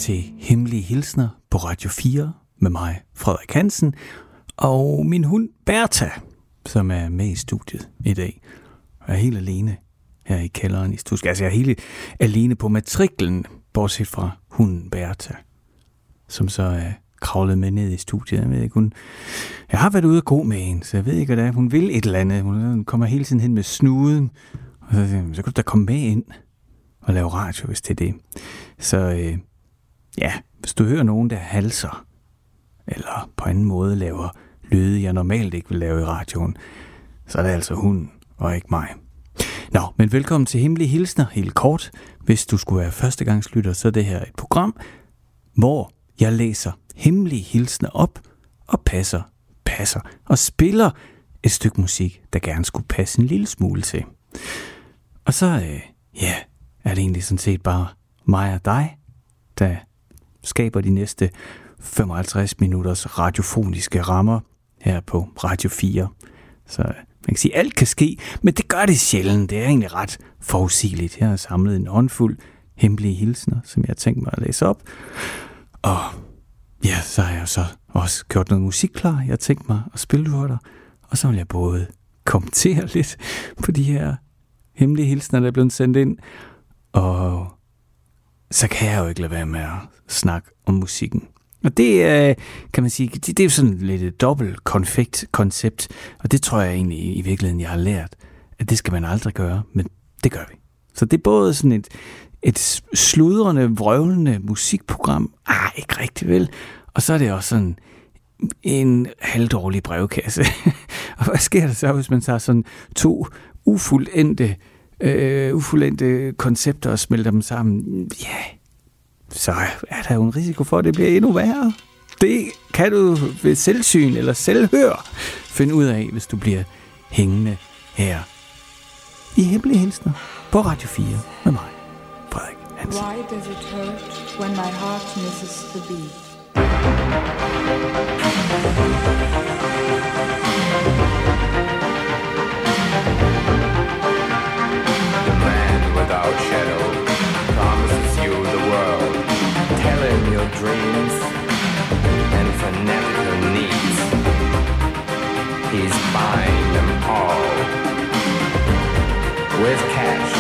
til Hemmelige Hilsner på Radio 4 med mig, Frederik Hansen, og min hund Bertha, som er med i studiet i dag. Jeg er helt alene her i kælderen i Stusk. Altså jeg er helt alene på matriklen, bortset fra hunden Bertha, som så er kravlet med ned i studiet. Jeg ved ikke, jeg har været ude og gå med hende, så jeg ved ikke, hvad det er. Hun vil et eller andet. Hun kommer hele tiden hen med snuden, og så siger jeg, så kan du da komme med ind og lave radio, hvis det er det. Så ja, hvis du hører nogen, der halser, eller på anden måde laver lyde, jeg normalt ikke vil lave i radioen, så er det altså hunden, og ikke mig. Nå, men velkommen til Hemmelige Hilsner, helt kort. Hvis du skulle være førstegangslytter, så er det her et program, hvor jeg læser hemmelige hilsner op, og passer, og spiller et stykke musik, der gerne skulle passe en lille smule til. Og så, er det egentlig sådan set bare mig og dig, der skaber de næste 55 minutters radiofoniske rammer her på Radio 4. Så man kan sige, at alt kan ske, men det gør det sjældent. Det er egentlig ret forudsigeligt. Jeg har samlet en håndfuld hemmelige hilsner, som jeg har tænkt mig at læse op. Og ja, så har jeg så også gjort noget musik klar. Jeg har tænkt mig at spille for dig. Og så vil jeg både kommentere lidt på de her hemmelige hilsner, der er blevet sendt ind. Og så kan jeg jo ikke lade være med at snakke om musikken. Og det er, kan man sige, det er jo sådan lidt et dobbelt konfekt-koncept. Og det tror jeg egentlig i virkeligheden, jeg har lært, at det skal man aldrig gøre, men det gør vi. Så det er både sådan et sludrende, vrøvlende musikprogram. Ikke rigtig vel. Og så er det også sådan en halvdårlig brevkasse. Og hvad sker der så, hvis man tager sådan to ufuldendte koncepter og smelter dem sammen? Ja, så er der jo en risiko for, at det bliver endnu værre. Det kan du ved selvsyn eller selvhør finde ud af, hvis du bliver hængende her i Hemmelige Hilsner på Radio 4 med mig, Frederik Hansen. Why does it hurt when my heart misses the beat? The man without shadow promises you the world, telling your dreams and fanatical needs. He's buying them all with cash.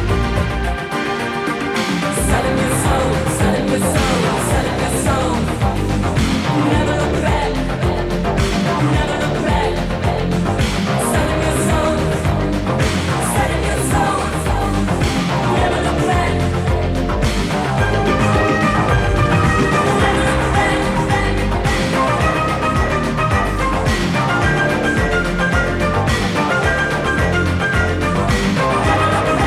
Selling your soul, selling your soul, selling your soul. Never look back, never look back. Selling your soul, selling your soul, never look back. Never look back.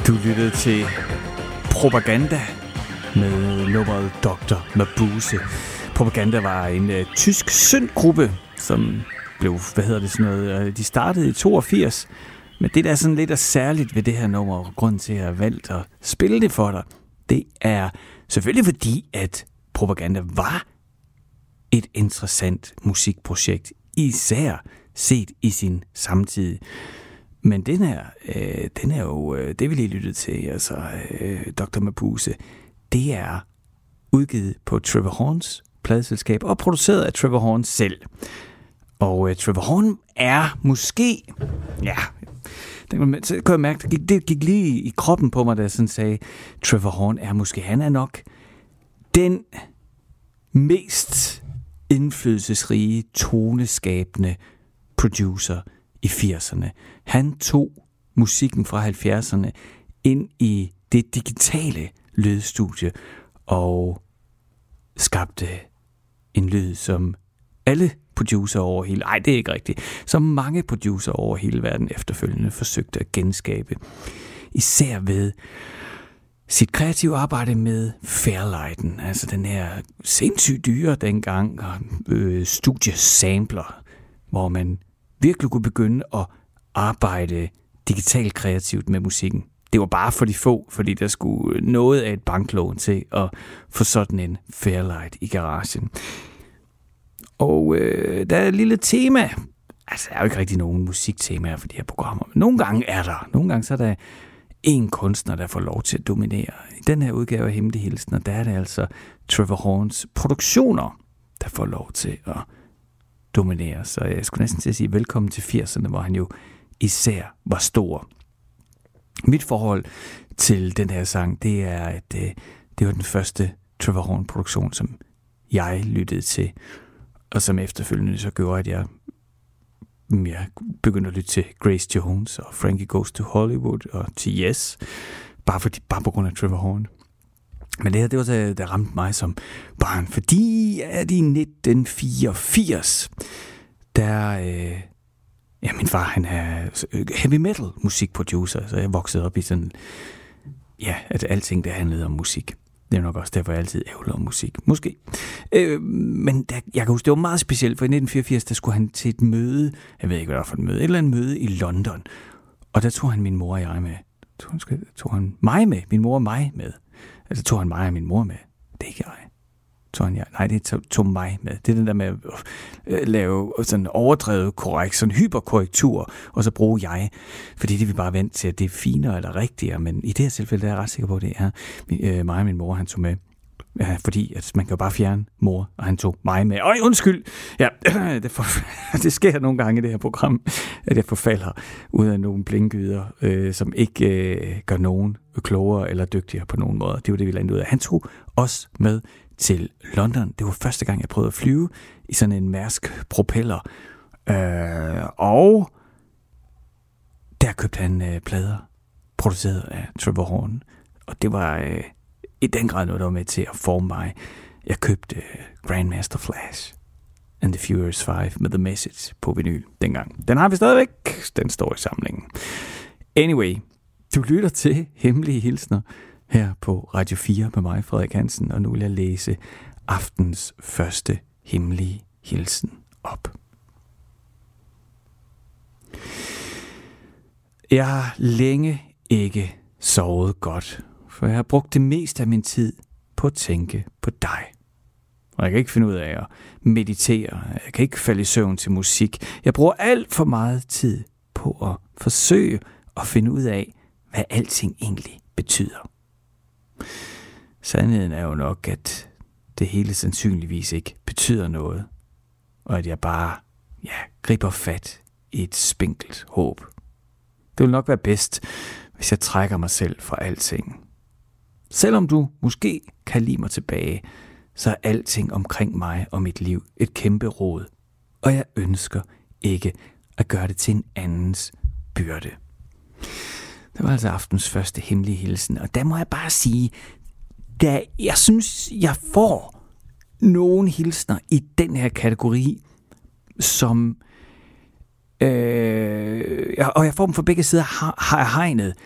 Du lyttede til Propaganda med nummeret Dr. Mabuse. Propaganda var en tysk syndgruppe, som blev, de startede i 82. Men det der er sådan lidt af særligt ved det her nummer, og grunden til at jeg har valgt at spille det for dig, det er selvfølgelig fordi, at Propaganda var et interessant musikprojekt, især set i sin samtid. Men den er jo, det vi lige lyttede til, altså Dr. Mabuse, det er udgivet på Trevor Horns pladeselskab og produceret af Trevor Horn selv. Og Trevor Horn er måske, ja, så kan jeg mærke, det gik lige i kroppen på mig, da jeg sådan sagde, Trevor Horn er måske, han er nok den mest indflydelsesrige, toneskabende producer i 80'erne. Han tog musikken fra 70'erne ind i det digitale lydstudie og skabte en lyd, som alle producer over hele... Nej, det er ikke rigtigt. Som mange producer over hele verden efterfølgende forsøgte at genskabe. Især ved sit kreative arbejde med Fairlighten, altså den her sindssygt dyre dengang studiesampler, hvor man virkelig kunne begynde at arbejde digitalt kreativt med musikken. Det var bare for de få, fordi der skulle noget af et banklån til at få sådan en Fairlight i garagen. Og der er et lille tema. Altså, der er jo ikke rigtig nogen musiktemaer for de her programmer. Men nogle gange er der. Nogle gange så er der en kunstner, der får lov til at dominere. I den her udgave af Hemmelig Hilsen, og der er det altså Trevor Horns produktioner, der får lov til at dominere. Så jeg skulle næsten til at sige velkommen til 80'erne, hvor han jo især var stor. Mit forhold til den her sang, det er, at det var den første Trevor Horn-produktion, som jeg lyttede til, og som efterfølgende så gjorde, at jeg begyndte at lytte til Grace Jones og Frankie Goes to Hollywood og til Yes, bare på grund af Trevor Horn. Men det her, det var der ramte mig som barn, fordi at i 1984, min far, han er heavy metal musikproducer, så jeg voksede op i sådan, at alting, der handlede om musik. Det er nok også derfor, jeg altid ævler om musik. Måske. Men jeg kan huske, det var meget specielt, for i 1984, der skulle han til et møde, jeg ved ikke, hvad det var for et møde, et eller andet møde i London. Og der tog han min mor og jeg med. Tog han mig med? Min mor og mig med. Altså tog han mig og min mor med. Det er ikke jeg. Det tog mig med. Det er den der med at lave sådan overdrevet korrekt, sådan hyperkorrektur, og så bruge jeg. Fordi det er vi bare vant til, at det er finere eller rigtigere. Men i det her tilfælde, der er jeg ret sikker på, at det er mig og min mor, han tog med. Ja, fordi at man kan jo bare fjerne mor, og han tog mig med. Undskyld! Ja, det sker nogle gange i det her program, at jeg forfalder ud af nogle blinkyder, som ikke gør nogen klogere eller dygtigere på nogen måde. Det var det, vi landede ud af. Han tog os med til London. Det var første gang, jeg prøvede at flyve i sådan en Mærsk propeller. Og der købte han plader, produceret af Trevor Horn. Og det var i den grad noget, der var med til at forme mig. Jeg købte Grandmaster Flash and the Furious 5 med The Message på vinyl dengang. Den har vi stadigvæk. Den står i samlingen. Anyway, du lytter til Hemmelige Hilsner her på Radio 4 med mig, Frederik Hansen, og nu vil jeg læse aftens første hemmelige hilsen op. Jeg har længe ikke sovet godt, for jeg har brugt det meste af min tid på at tænke på dig. Og jeg kan ikke finde ud af at meditere, jeg kan ikke falde i søvn til musik. Jeg bruger alt for meget tid på at forsøge at finde ud af, hvad alting egentlig betyder. Sandheden er jo nok, at det hele sandsynligvis ikke betyder noget, og at jeg bare, griber fat i et spinkelt håb. Det vil nok være bedst, hvis jeg trækker mig selv fra alting. Selvom du måske kan lide mig tilbage, så er alting omkring mig og mit liv et kæmpe rod, og jeg ønsker ikke at gøre det til en andens byrde. Det var altså aftens første hemmelige hilsen, og der må jeg bare sige, jeg synes, jeg får nogle hilsner i den her kategori, som og jeg får dem fra begge sider af hegnet.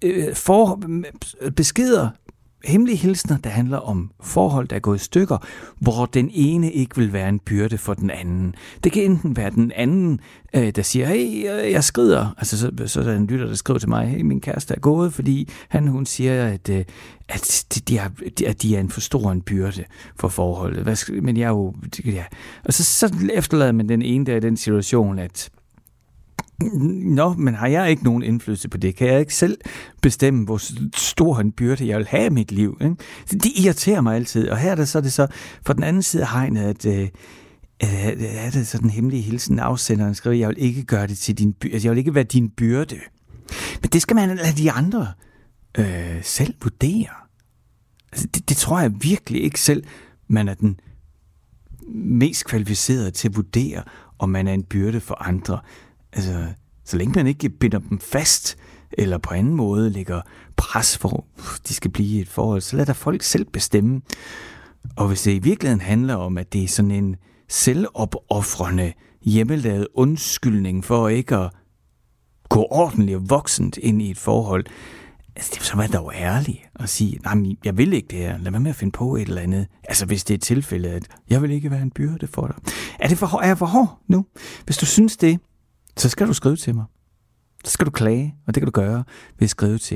beskeder, hemmelige hilsner, der handler om forhold, der er gået i stykker, hvor den ene ikke vil være en byrde for den anden. Det kan enten være den anden, der siger, hey, jeg skrider. Altså, så er der en lytter, der skriver til mig, hey, min kæreste er gået, fordi hun siger, at de er en for stor en byrde for forholdet. Men jeg er jo... Ja. Og så efterlader man den ene, der i den situation, at men har jeg ikke nogen indflydelse på det? Kan jeg ikke selv bestemme, hvor stor en byrde jeg vil have i mit liv? Ikke? Det irriterer mig altid. Og her er det så for den anden side af hegnet, at er det så den hemmelige hilsen, afsenderen skriver, jeg vil ikke gøre det til din byrde. Altså, jeg vil ikke være din byrde. Men det skal man lade de andre selv vurdere. Altså, det tror jeg virkelig ikke selv, man er den mest kvalificerede til at vurdere, om man er en byrde for andre. Altså, så længe man ikke binder dem fast, eller på anden måde lægger pres for, de skal blive i et forhold, så lader der folk selv bestemme. Og hvis det i virkeligheden handler om, at det er sådan en selvopoffrende, hjemmelavet undskyldning for ikke at gå ordentligt og voksent ind i et forhold, altså, så var dog ærlig og sige, nej, jeg vil ikke det her, lad mig med at finde på et eller andet. Altså, hvis det er et tilfælde, at jeg vil ikke være en byrde for dig. Er jeg for hård nu? Hvis du synes det, så skal du skrive til mig. Så skal du klage, og det kan du gøre ved at skrive til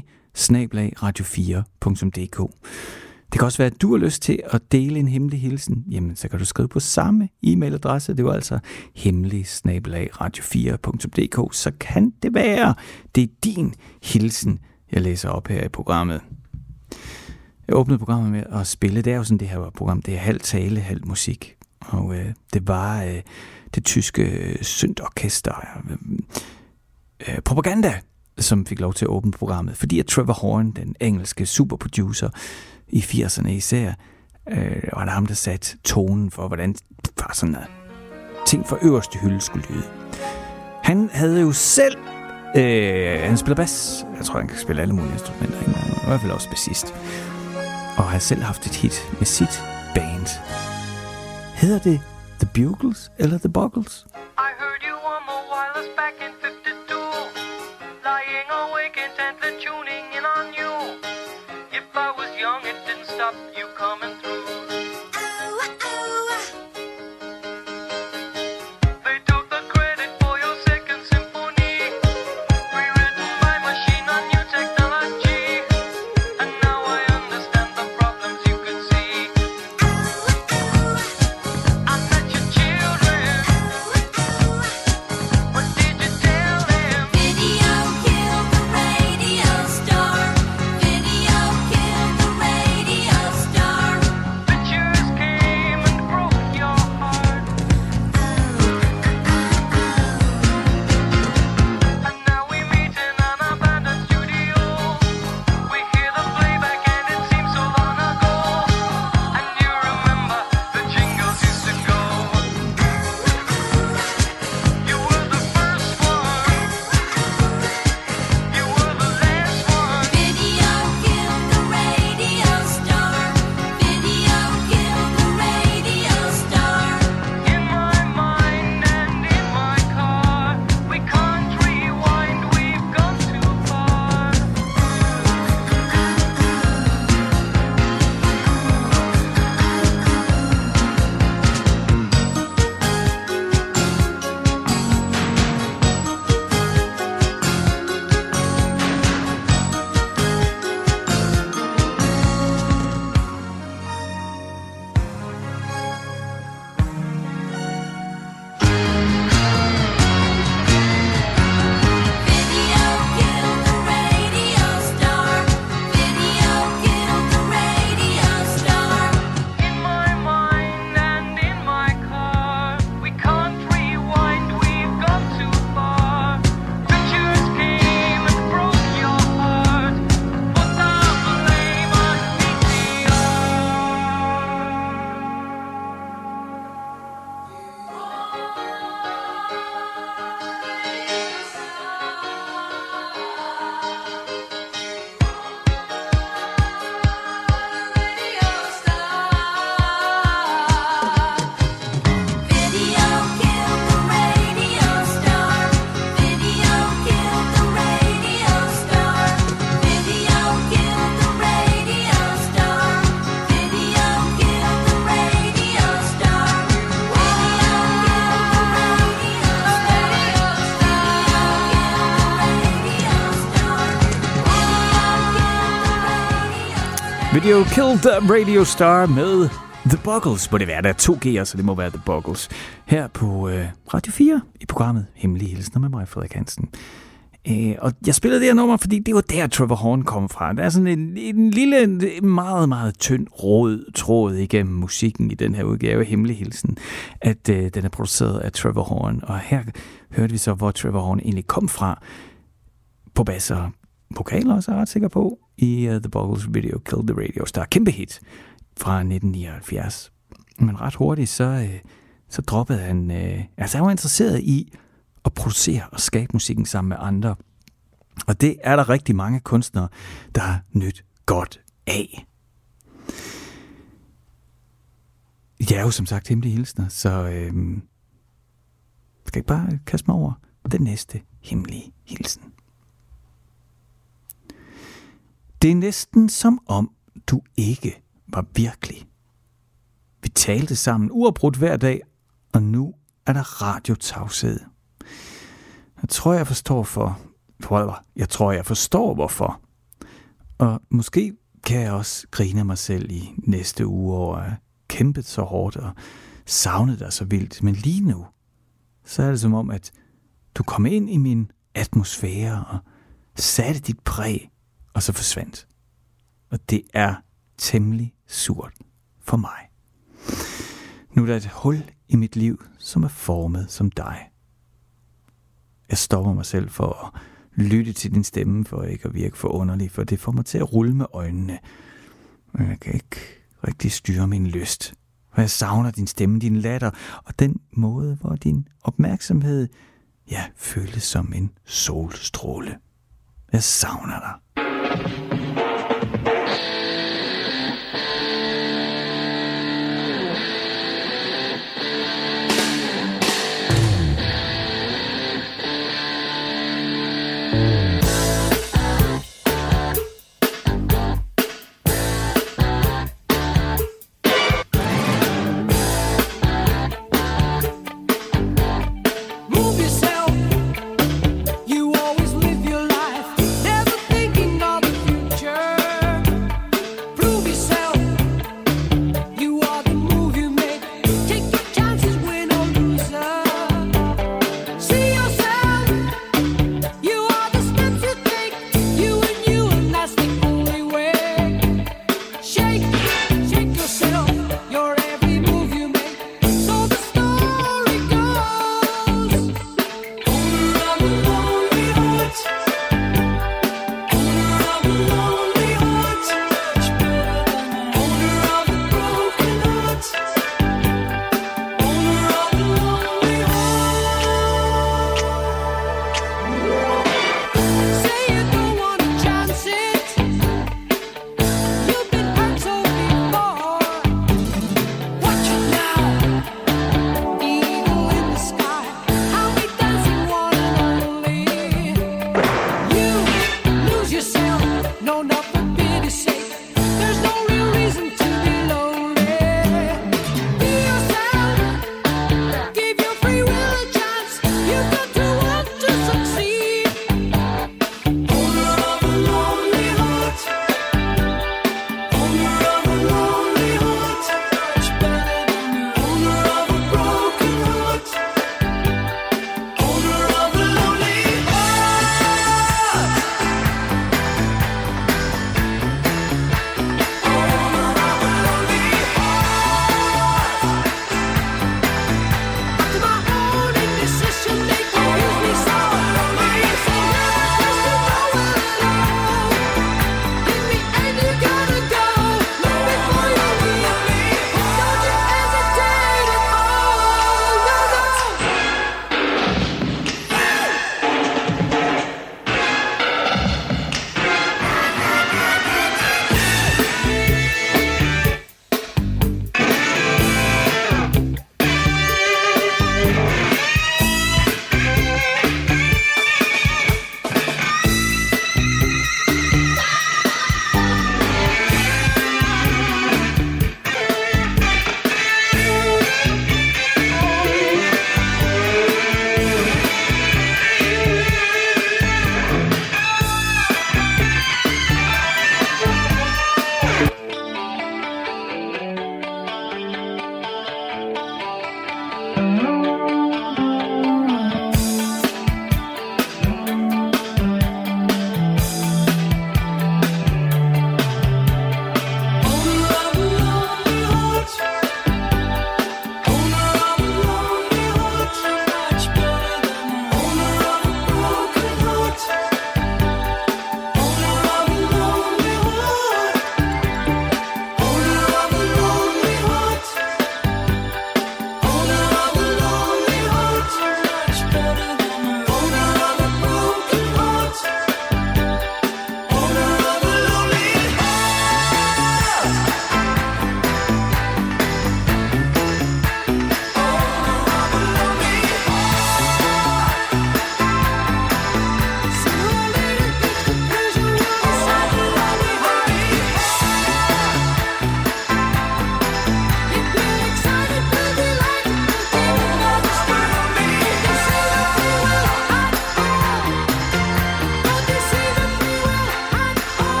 hemmelig@radio4.dk. Det kan også være, at du har lyst til at dele en hemmelig hilsen. Jamen, så kan du skrive på samme e-mailadresse. Det var altså hemmelig@radio4.dk. Så kan det være, det er din hilsen, jeg læser op her i programmet. Jeg åbnede programmet med at spille. Det er jo sådan, det her program. Det er halv tale, halv musik. Og det var det tyske syndorkester Propaganda, som fik lov til at åbne programmet. Fordi at Trevor Horn, den engelske superproducer i 80'erne især, var der ham, der satte tonen for, hvordan sådan ting fra øverste hylde skulle lyde. Han havde jo selv han spiller bas. Jeg tror, han kan spille alle mulige instrumenter. I hvert fald også bassist. Og har selv haft et hit med sit band. Hedder det The Bugles eller The Buggles? I heard you on the wireless back in 52, lying awake intently tuning in on you. If I was young, it didn't stop you coming through. They took the credit for your second symphony, rewritten by machine on new technology. And now I understand the problems you could see. I met your children. Video Killed the Radio Star med The Buggles. Må det være, der er 2 G'er, så det må være The Buggles. Her på Radio 4 i programmet Hemmelige Hilsner med mig, Frederik Hansen. Og jeg spillede det her nummer, fordi det var der Trevor Horn kom fra. Der er sådan en lille, meget, meget tynd rød tråd igennem musikken i den her udgave af Hemmelig Hilsen, at den er produceret af Trevor Horn. Og her hørte vi så, hvor Trevor Horn egentlig kom fra på bass og vokaler, også er jeg ret sikker på, i The Buggles Video Killed the Radio Star. Kæmpe hit fra 1979. Men ret hurtigt, så droppede han... han var interesseret i at producere og skabe musikken sammen med andre. Og det er der rigtig mange kunstnere, der har nydt godt af. Jeg er jo som sagt Hemmelige Hilsner, så skal jeg bare kaste mig over den næste hemmelige hilsen. Det er næsten som om du ikke var virkelig. Vi talte sammen uafbrudt hver dag, og nu er der radiotavshed. Jeg tror, jeg forstår hvorfor. Og måske kan jeg også grine mig selv i næste uge over at have kæmpet så hårdt og savnet dig så vildt. Men lige nu, så er det som om, at du kom ind i min atmosfære og satte dit præg, og så forsvandt. Og det er temmelig surt for mig. Nu er der et hul i mit liv, som er formet som dig. Jeg stopper mig selv for at lytte til din stemme, for ikke at virke for underlig, for det får mig til at rulle med øjnene. Men jeg kan ikke rigtig styre min lyst. For jeg savner din stemme, din latter, og den måde, hvor din opmærksomhed, føles som en solstråle. Jeg savner dig. Move yourself. You always live your life, never thinking of the future.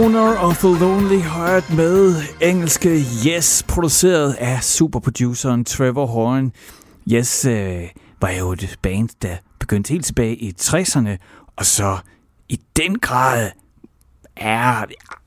Owner of a Lonely Heart med engelske Yes, produceret af superproduceren Trevor Horn. Yes var jo et band, der begyndte helt tilbage i 60'erne, og så i den grad er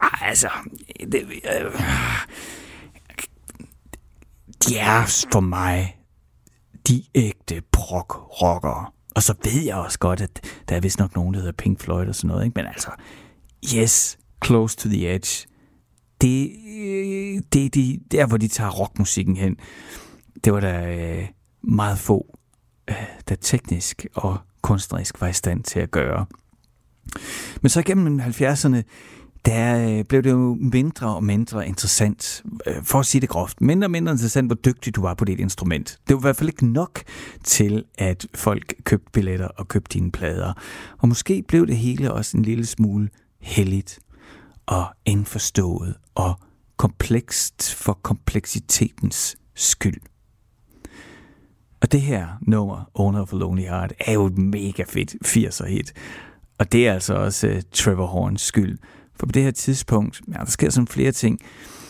de er for mig de ægte prog-rockere. Og så ved jeg også godt, at der er vist nok nogen, der hedder Pink Floyd og sådan noget, ikke? Men altså, Yes, Close to the Edge, det er der, hvor de tager rockmusikken hen. Det var der meget få, der teknisk og kunstnerisk var i stand til at gøre. Men så gennem 70'erne, der blev det jo mindre og mindre interessant, for at sige det groft, mindre og mindre interessant, hvor dygtig du var på dit instrument. Det var i hvert fald ikke nok til, at folk købte billetter og købte dine plader. Og måske blev det hele også en lille smule helligt og indforstået og komplekst for kompleksitetens skyld. Og det her nummer, Owner of a Lonely Heart, er jo et mega fedt 80'er hit. Og det er altså også Trevor Horns skyld. For på det her tidspunkt, der sker sådan flere ting.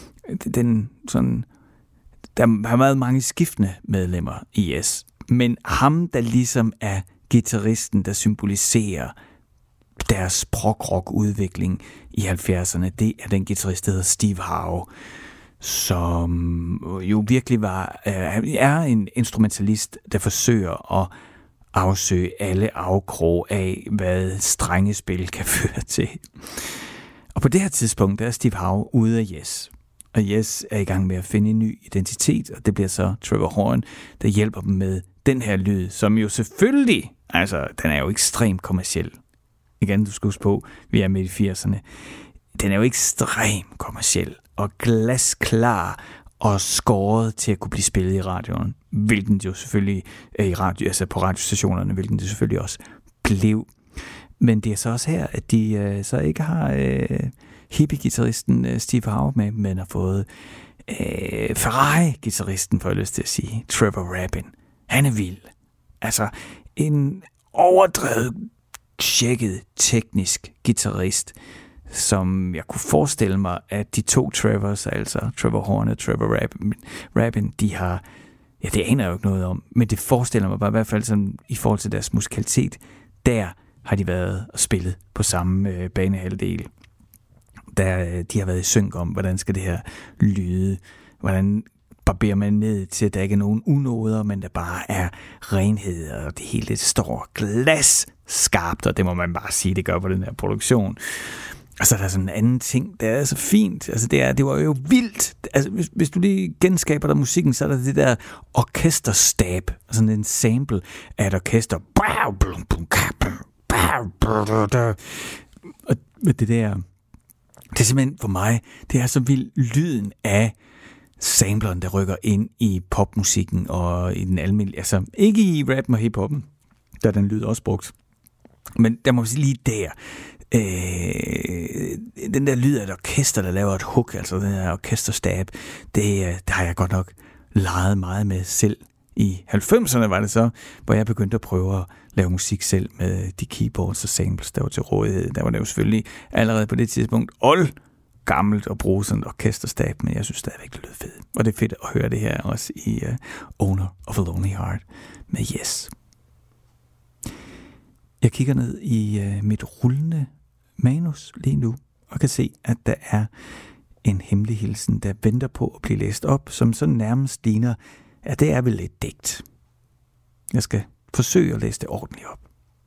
Der har været mange skiftende medlemmer i Yes. Men ham, der ligesom er guitaristen, der symboliserer deres prog-rock-udvikling i 70'erne, det er den guitarist, der hedder Steve Howe, som jo virkelig er en instrumentalist, der forsøger at afsøge alle afkrog af, hvad strengespil kan føre til. Og på det her tidspunkt, der er Steve Howe ude af Yes. Og Yes er i gang med at finde en ny identitet, og det bliver så Trevor Horn, der hjælper dem med den her lyd, som jo selvfølgelig, altså den er jo ekstremt kommerciel. Igen, du skal huske på, vi er midt i 80'erne. Den er jo ekstremt kommerciel og glasklar og skåret til at kunne blive spillet i radioen, hvilken jo selvfølgelig på radiostationerne, hvilken det selvfølgelig også blev. Men det er så også her, at de så ikke har hippie-gitarristen Steve Howe med, men har fået Ferrari-gitarristen, får jeg lyst til at sige, Trevor Rabin. Han er vild. Altså en overdrevet, tjekket, teknisk guitarist, som jeg kunne forestille mig, at de to Trevors, altså Trevor Horn og Trevor Rabin, de har, ja, det aner jeg jo ikke noget om, men det forestiller mig bare i hvert fald sådan, i forhold til deres musikalitet, der har de været og spillet på samme banehalvdel. De har været i synk om, hvordan skal det her lyde, hvordan barberer man ned til, at der ikke er nogen unåder, men der bare er renhed, og det hele står glasskarpt, og det må man bare sige, det gør på den her produktion. Og så er der sådan en anden ting, der er så fint. Altså det var jo vildt. Altså hvis du lige genskaber der musikken, så er der det der orkesterstab, sådan en sample af et orkester. Og det der, det er simpelthen for mig, det er så vildt lyden af sampleren, der rykker ind i popmusikken og i den almindelige, altså ikke i rappen og hiphoppen, der den lyd også brugt. Men der må vi sige lige der, den der lyd af et orkester, der laver et hook, altså den her orkesterstab, det har jeg godt nok leget meget med selv. I 90'erne var det så, hvor jeg begyndte at prøve at lave musik selv med de keyboards og samples, der var til rådighed. Der var det jo selvfølgelig allerede på det tidspunkt gammelt at bruge sådan et orkesterstab, men jeg synes stadigvæk, det lød fedt. Og det er fedt at høre det her også i Owner of a Lonely Heart med Yes. Jeg kigger ned i mit rullende manus lige nu, og kan se, at der er en hemmelig hilsen, der venter på at blive læst op, som sådan nærmest ligner, at det er vel et digt. Jeg skal forsøge at læse det ordentligt op.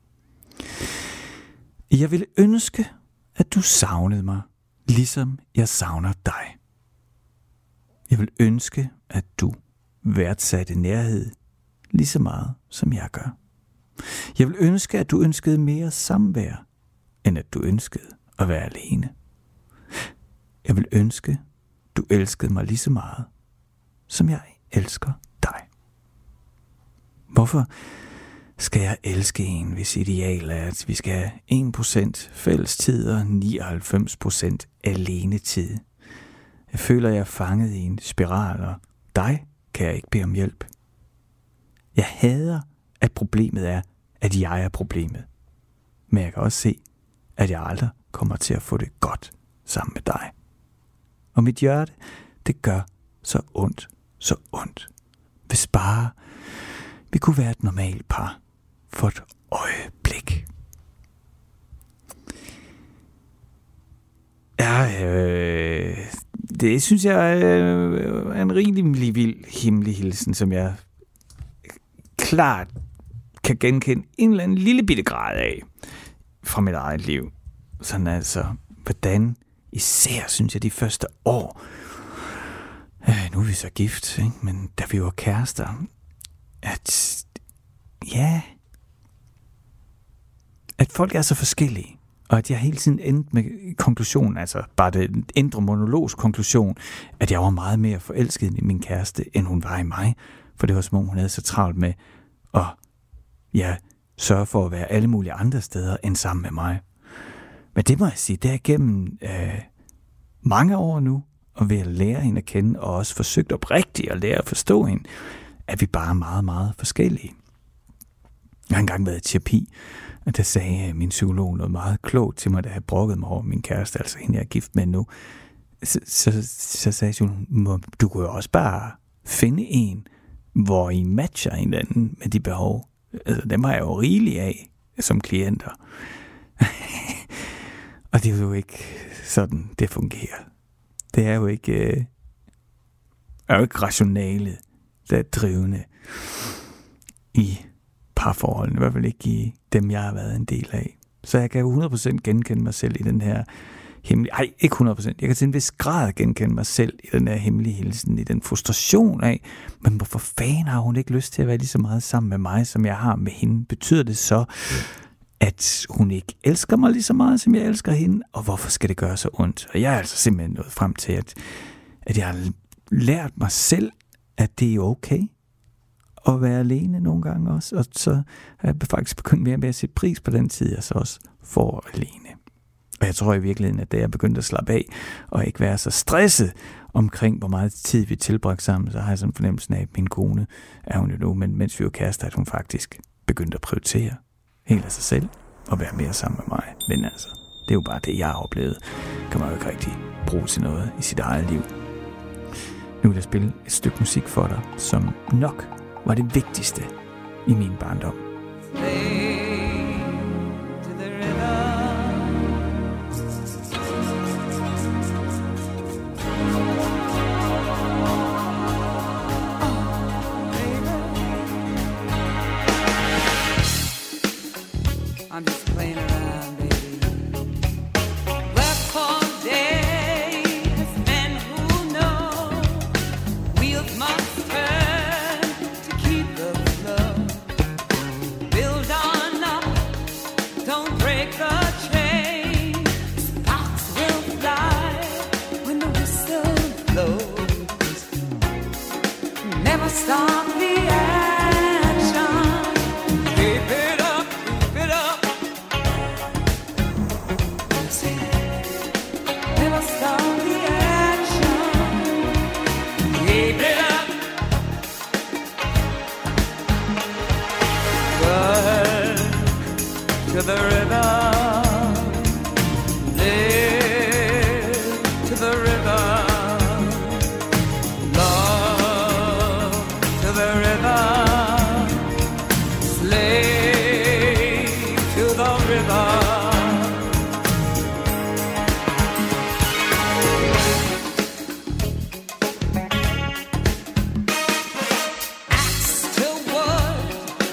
Jeg ville ønske, at du savnede mig, ligesom jeg savner dig. Jeg vil ønske, at du værdsatte nærhed lige så meget, som jeg gør. Jeg vil ønske, at du ønskede mere samvær, end at du ønskede at være alene. Jeg vil ønske, du elskede mig lige så meget, som jeg elsker dig. Hvorfor skal jeg elske en, hvis ideal er, at vi skal have 1% fælles tid og 99% alene tid? Jeg føler, jeg er fanget i en spiral, og dig kan jeg ikke bede om hjælp. Jeg hader, at problemet er, at jeg er problemet. Men jeg kan også se, at jeg aldrig kommer til at få det godt sammen med dig. Og mit hjerte, det gør så ondt. Hvis bare vi kunne være et normalt par for et øjeblik. Det synes jeg er en rimelig vild hemmelig hilsen, som jeg klart kan genkende en eller anden lille bitte grad af fra mit eget liv. Sådan altså, hvordan især synes jeg de første år, nu er vi så gift, ikke? Men da vi var kærester, at folk er så forskellige, og at jeg hele tiden endte med konklusionen, altså bare det indre monologs konklusion, at jeg var meget mere forelsket i min kæreste, end hun var i mig, for det var som om hun havde så travlt med at sørge for at være alle mulige andre steder end sammen med mig. Men det må jeg sige, det er gennem mange år nu, og ved at lære hende at kende, og også forsøgt oprigtigt at lære at forstå hende, at vi bare er meget, meget forskellige. Jeg har engang været i terapi, og der sagde min psykolog noget meget klogt til mig, da jeg brokkede mig over min kæreste, altså hende jeg er gift med nu. Så sagde psykologen, du kunne jo også bare finde en, hvor I matcher hinanden med de behov. Altså dem har jeg jo rigeligt af som klienter. Og det er jo ikke sådan, det fungerer. Det er jo ikke rationalet, der er drivende i parforholdene, i hvert fald ikke i dem, jeg har været en del af. Så jeg kan jo 100% genkende mig selv i den her hemmelige... ikke 100%. Jeg kan til en vis grad genkende mig selv i den her hemmelige hilsen, i den frustration af, men hvorfor fanden har hun ikke lyst til at være lige så meget sammen med mig, som jeg har med hende? Betyder det så, at hun ikke elsker mig lige så meget, som jeg elsker hende? Og hvorfor skal det gøre så ondt? Og jeg er altså simpelthen nået frem til, at jeg har lært mig selv, at det er okay at være alene nogle gange også. Og så har jeg faktisk begyndt mere med at sætte pris på den tid, jeg så også får alene. Og jeg tror i virkeligheden, at da jeg begyndte at slappe af, og ikke være så stresset omkring, hvor meget tid vi tilbragte sammen, så har jeg sådan en fornemmelse af, at min kone er hun jo nu, men mens vi var kærester, at hun faktisk begyndte at prioritere helt af sig selv, og være mere sammen med mig. Men altså, det er jo bare det, jeg har oplevet. Kan man jo ikke rigtig bruge til noget i sit eget liv. Nu vil jeg spille et stykke musik for dig, som nok var det vigtigste i min barndom. I'm just playing around, baby. Wherefore days, men who know wheels must turn to keep the flow. Build on up, don't break the chain. Sparks will fly when the whistle blows. Never stop the action. Keep it up, keep it up. Never stop the action. Keep it up. Work to the river. Live to the river. Love to the river. Slave to the river. Axe to wood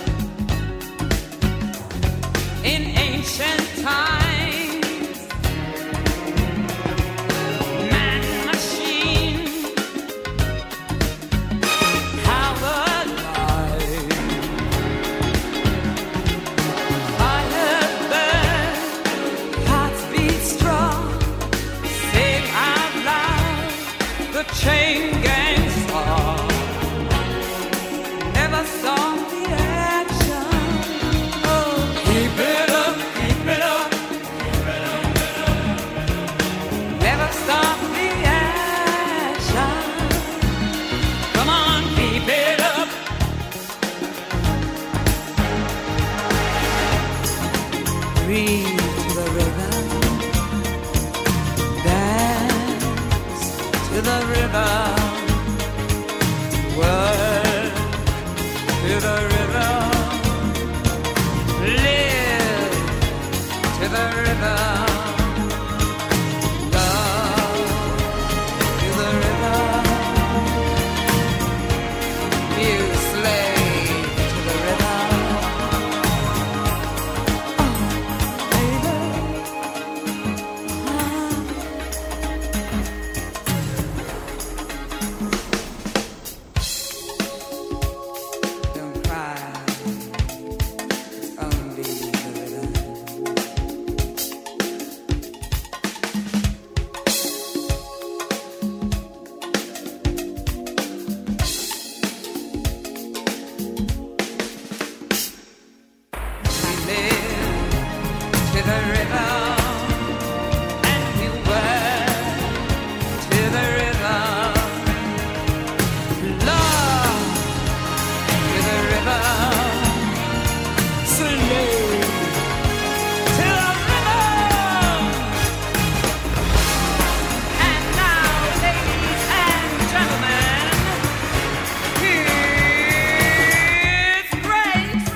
in ancient times. Man machine powered life. Fire burn, hearts beat strong. Sing out loud the chain gang song. Never stop the action. Oh, keep it up, keep it up. Never stop the action. Come on, keep it up. Breathe to the rhythm. Dance to the river. Word to the river. Live to the river. Love to the river. You slave to the river. Don't cry, it's only the river. We live to the river, and we work to the river. Love to the river, slave to the river. And now, ladies and gentlemen, it's Grace.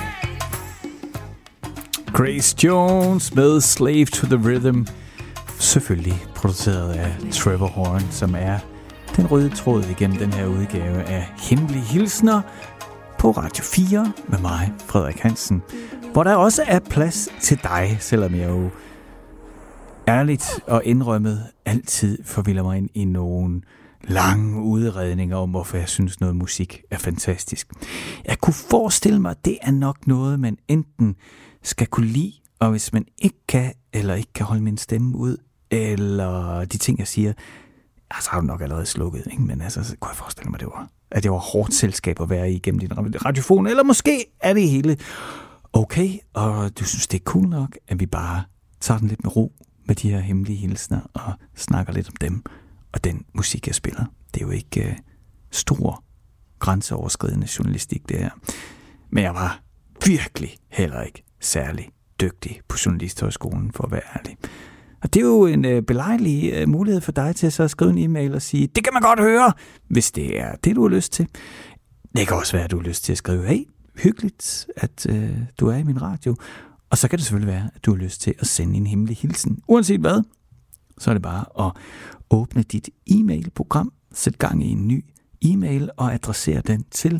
Grace Jones med Slave to the Rhythm. Selvfølgelig produceret af Trevor Horn, som er den røde tråd igennem den her udgave af Hemmelige Hilsner på Radio 4 med mig, Frederik Hansen. Hvor der også er plads til dig, selvom jeg jo ærligt og indrømmet altid forvilder mig ind i nogle lange udredninger om, hvorfor jeg synes noget musik er fantastisk. Jeg kunne forestille mig, at det er nok noget, man enten skal kunne lide, og hvis man ikke kan, eller ikke kan holde min stemme ud, eller de ting, jeg siger, så har du nok allerede slukket, ikke? Men altså, så kunne jeg forestille mig, at det var hårdt selskab at være i gennem din radiofon, eller måske er det hele okay, og du synes, det er cool nok, at vi bare tager den lidt med ro med de her hemmelige hilsner, og snakker lidt om dem, og den musik, jeg spiller. Det er jo ikke stor, grænseoverskridende journalistik, det her. Men jeg var virkelig heller ikke særlig dygtig på Journalisthøjskolen, for at være ærlig. Og det er jo en belejlig mulighed for dig til at så skrive en e-mail og sige, det kan man godt høre, hvis det er det, du har lyst til. Det kan også være, at du har lyst til at skrive, hey, hyggeligt, at du er i min radio. Og så kan det selvfølgelig være, at du har lyst til at sende en hemmelig hilsen. Uanset hvad, så er det bare at åbne dit e-mailprogram, sæt gang i en ny e-mail og adressere den til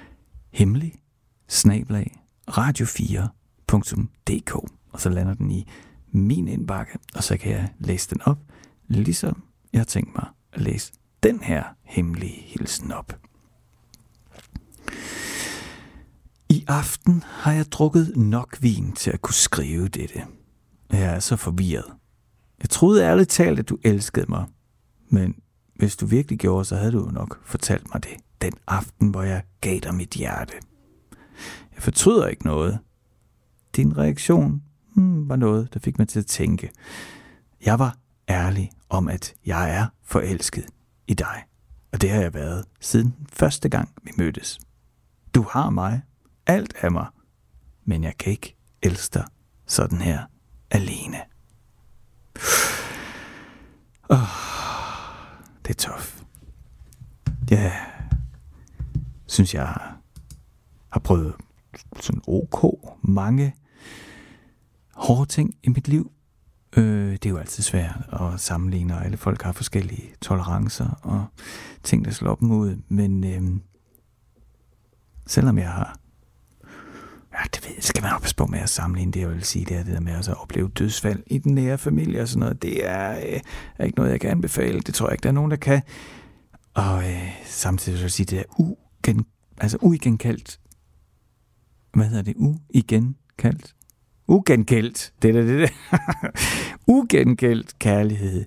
hemmelig@radio4.dk. Og så lander den i min indbakke, og så kan jeg læse den op, ligesom jeg har tænkt mig at læse den her hemmelige hilsen op. I aften har jeg drukket nok vin til at kunne skrive dette. Jeg er så forvirret. Jeg troede ærligt talt, at du elskede mig. Men hvis du virkelig gjorde, så havde du jo nok fortalt mig det den aften, hvor jeg gav dig mit hjerte. Jeg fortryder ikke noget. Din reaktion var noget, der fik mig til at tænke. Jeg var ærlig om, at jeg er forelsket i dig. Og det har jeg været siden første gang, vi mødtes. Du har mig. Alt af mig. Men jeg kan ikke elske dig sådan her alene. Det er tough. Jeg synes, jeg har prøvet sådan mange hårde ting i mit liv. Det er jo altid svært at sammenligne, og alle folk har forskellige tolerancer og ting, der slår dem ud. Men selvom jeg har det skal man oppasse på med at sammenligne. Det jeg vil sige, det er det der med at opleve dødsfald i den nære familie og sådan noget. Det er ikke noget, jeg kan anbefale. Det tror jeg ikke, der er nogen, der kan. Og samtidig vil jeg sige, det er uigenkaldt. Hvad hedder det? Uigenkaldt? Ugengældt. Det. Ugengældt kærlighed.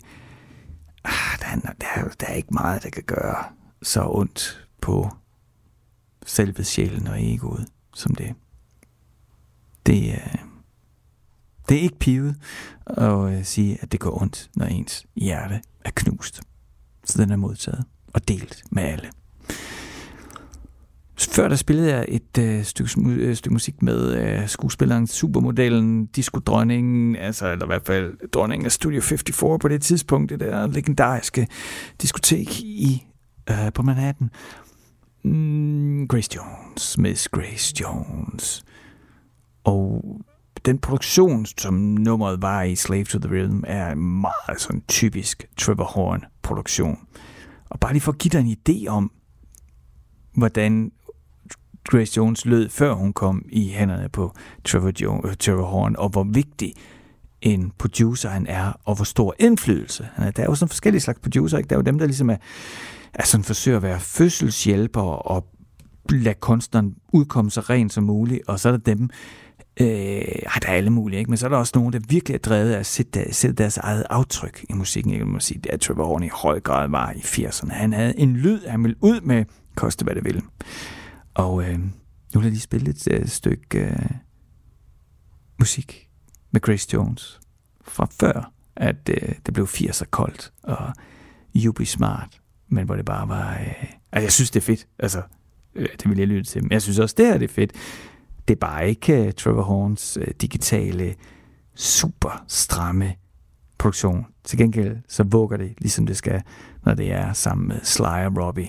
Der er ikke meget, der kan gøre så ondt på selve sjælen og egoet som det. Det er ikke pivet at sige, at det går ondt, når ens hjerte er knust. Så den er modtaget og delt med alle. Før der spillede jeg et stykke musik med skuespilleren, supermodellen, disco-dronningen, eller i hvert fald dronningen af Studio 54 på det tidspunkt, det der legendariske diskotek på Manhattan. Grace Jones, Miss Grace Jones. Og den produktion, som nummeret var i Slave to the Rhythm, er en meget sådan typisk Trevor Horn-produktion. Og bare lige for at give dig en idé om, hvordan Grace Jones lød, før hun kom i hænderne på Trevor Horn, og hvor vigtig en producer han er, og hvor stor indflydelse. Der er jo sådan forskellige slags producer, ikke? Der er jo dem, der ligesom er sådan forsøger at være fødselshjælper og lade kunstneren udkomme så rent som muligt, og så er der dem, der er alle mulige, ikke? Men så er der også nogen, der virkelig er drevet af at sætte deres eget aftryk i musikken. Jeg må sige, det er Trevor Horn i høj grad var i 80'erne. Han havde en lyd, han ville ud med, koste hvad det ville. Og nu vil jeg lige spille et stykke musik med Grace Jones fra før, at det blev 80'er koldt, og You Be Smart, men hvor det bare var... jeg synes, det er fedt. Det vil jeg lytte til. Men jeg synes også, det her det er fedt. Det er bare ikke Trevor Horns digitale, super stramme produktion. Til gengæld så vugger det, ligesom det skal, når det er sammen med Sly og Robbie.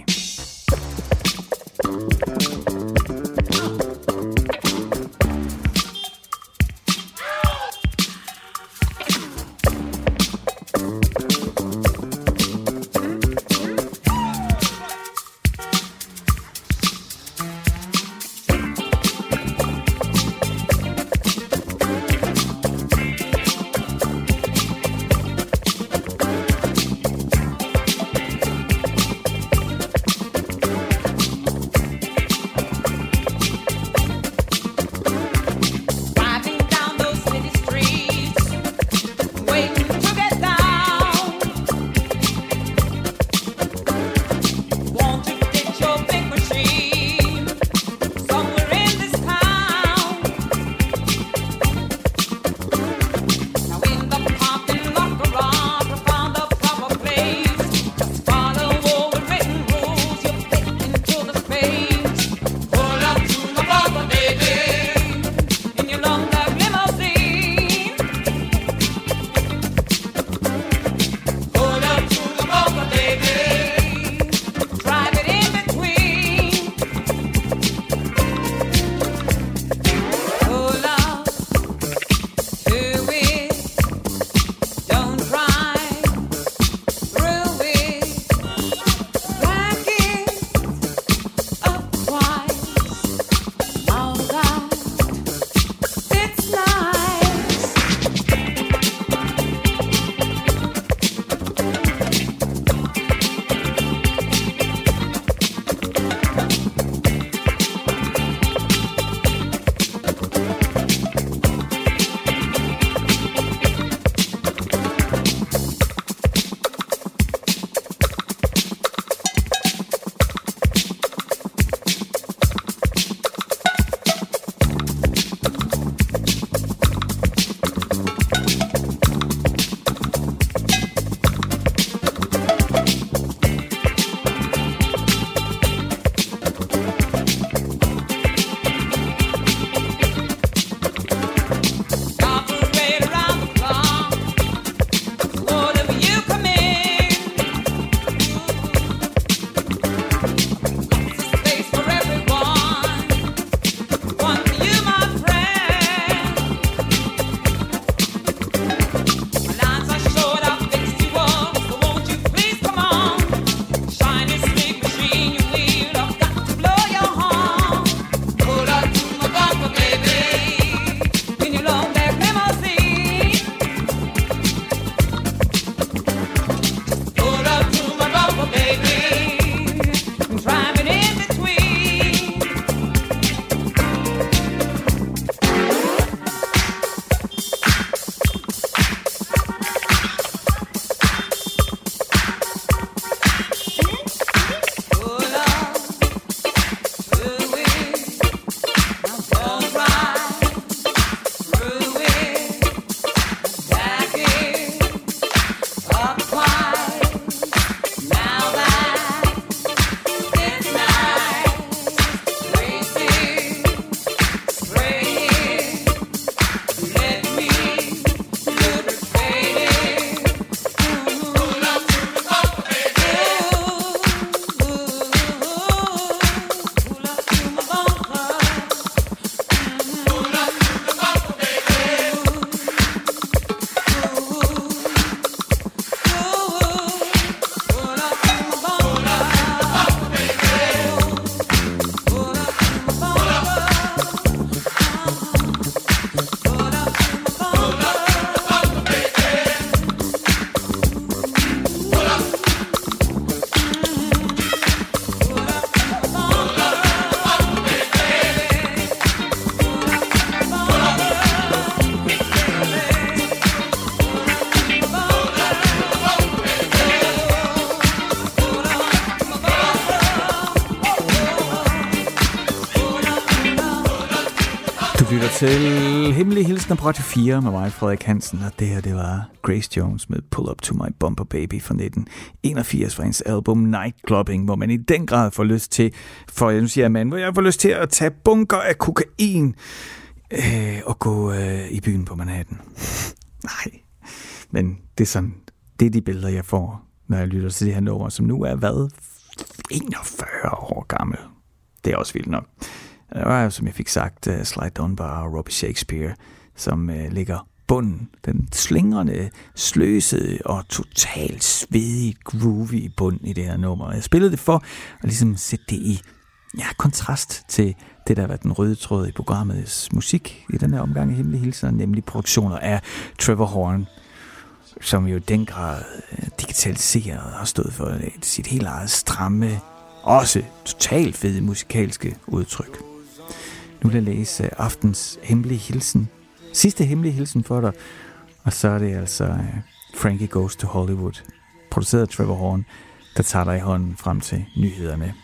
Du lytter til Hemmelige Hilsner på Radio 4 med mig, Frederik Hansen, og det her, det var Grace Jones med Pull Up To My Bumper Baby fra 1981 fra hendes album Nightclubbing, hvor man i den grad får lyst til, for nu siger jeg hvor jeg får lyst til at tage bunker af kokain og gå i byen på Manhattan. Nej, men det er sådan, det er de billeder, jeg får, når jeg lytter til det her nummer, som nu er, 41 år gammel. Det er også vildt nok. Det var jo, som jeg fik sagt, Sly Dunbar og Robbie Shakespeare, som ligger bunden. Den slingrende, sløsede og totalt svedigt groovy i bunden i det her nummer. Jeg spillede det for at ligesom sætte det i kontrast til det, der har været den røde tråd i programmets musik i den her omgang i Hemmelige Hilsner, nemlig produktioner af Trevor Horn, som jo i den grad digitaliseret og har stået for sit helt eget stramme, også totalt fede musikalske udtryk. Nu vil jeg læse aftens hemmelige hilsen. Sidste hemmelige hilsen for dig. Og så er det altså Frankie Goes to Hollywood, produceret af Trevor Horn, der tager dig i hånden frem til nyhederne.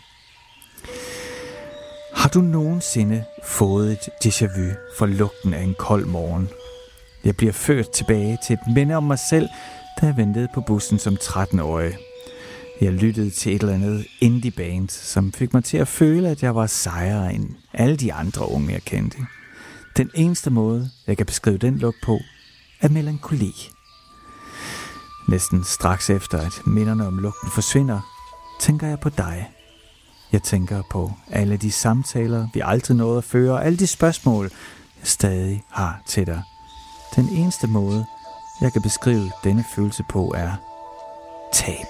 Har du nogensinde fået et déjà vu for lugten af en kold morgen? Jeg bliver ført tilbage til et minde om mig selv, da jeg ventede på bussen som 13-årig. Jeg lyttede til et eller andet indie-band, som fik mig til at føle, at jeg var sejere end alle de andre unge, jeg kendte. Den eneste måde, jeg kan beskrive den lugt på, er melankoli. Næsten straks efter, at minderne om lugten forsvinder, tænker jeg på dig. Jeg tænker på alle de samtaler, vi aldrig nåede at føre, og alle de spørgsmål, jeg stadig har til dig. Den eneste måde, jeg kan beskrive denne følelse på, er tab.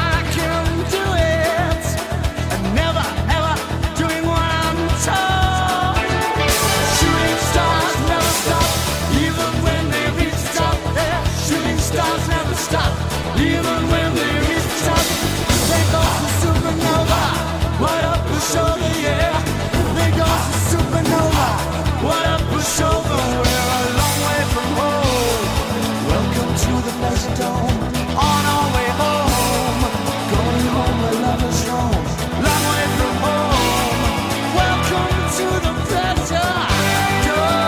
Never ever doing what I'm told. to the pleasure dome.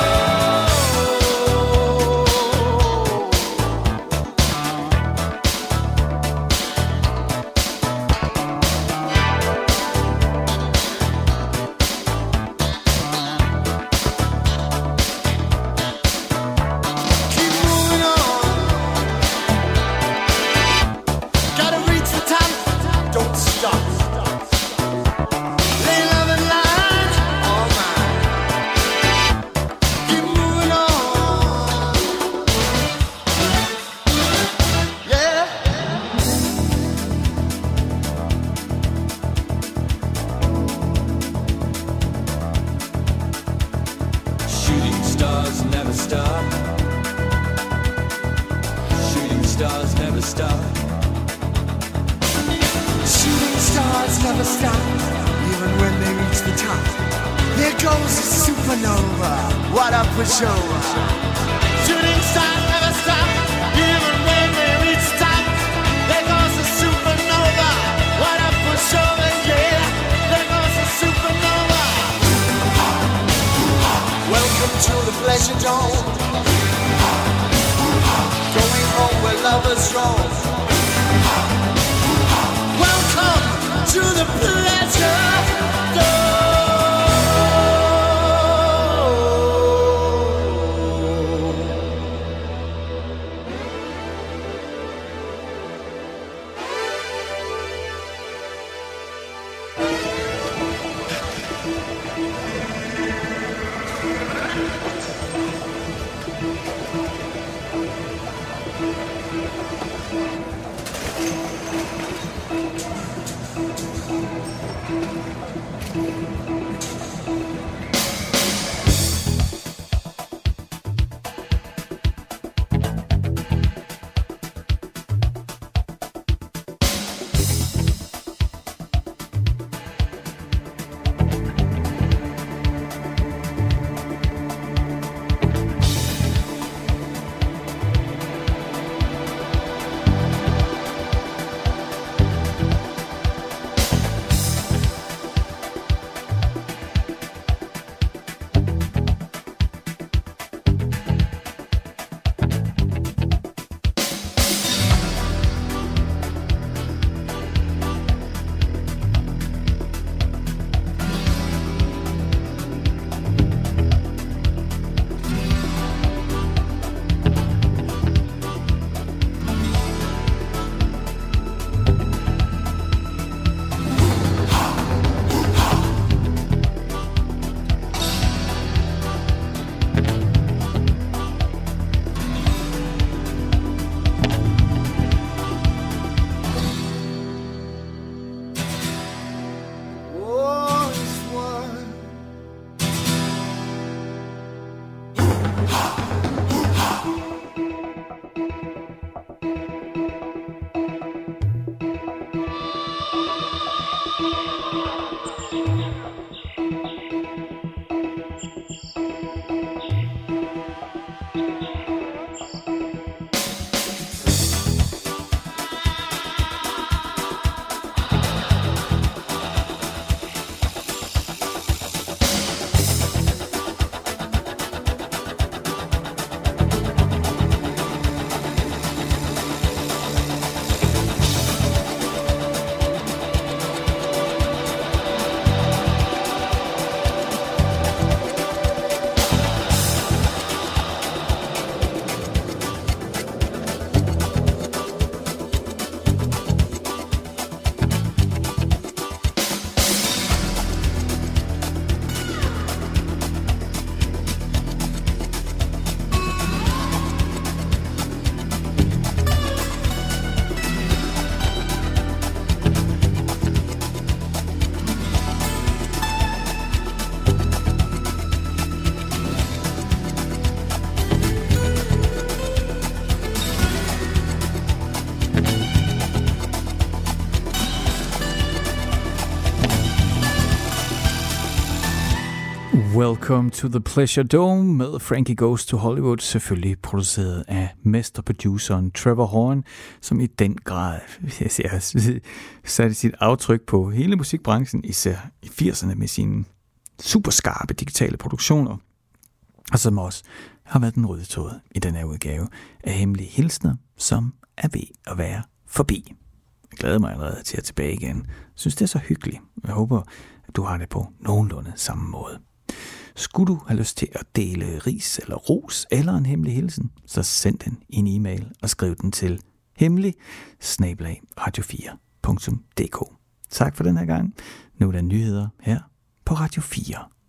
Keep moving on. Gotta reach the top. Don't stop. Lay love and line all mine. Keep moving on. Yeah. Shooting stars never stop. Shooting stars never stop. Shooting stars never stop, even when they reach the top. There goes a supernova. What a pushover. Shooting stars never stop, even when they reach the top. There goes a supernova. What a pushover, yeah. There goes a supernova. Welcome to the pleasure dome. Going home where lovers roam. Welcome to the pleasure dome. Welcome to the Pleasure Dome med Frankie Goes to Hollywood, selvfølgelig produceret af mesterproduceren Trevor Horn, som i den grad satte sit aftryk på hele musikbranchen, især i 80'erne med sine super skarpe digitale produktioner, og som også har været den røde tråd i den her udgave af Hemmelige Hilsner, som er ved at være forbi. Jeg glæder mig allerede til at tilbage igen. Jeg synes, det er så hyggeligt. Jeg håber, at du har det på nogenlunde samme måde. Skulle du have lyst til at dele ris eller ros eller en hemmelig hilsen, så send den i en e-mail og skriv den til hemmelig@radio4.dk. Tak for den her gang. Nu er der nyheder her på Radio 4.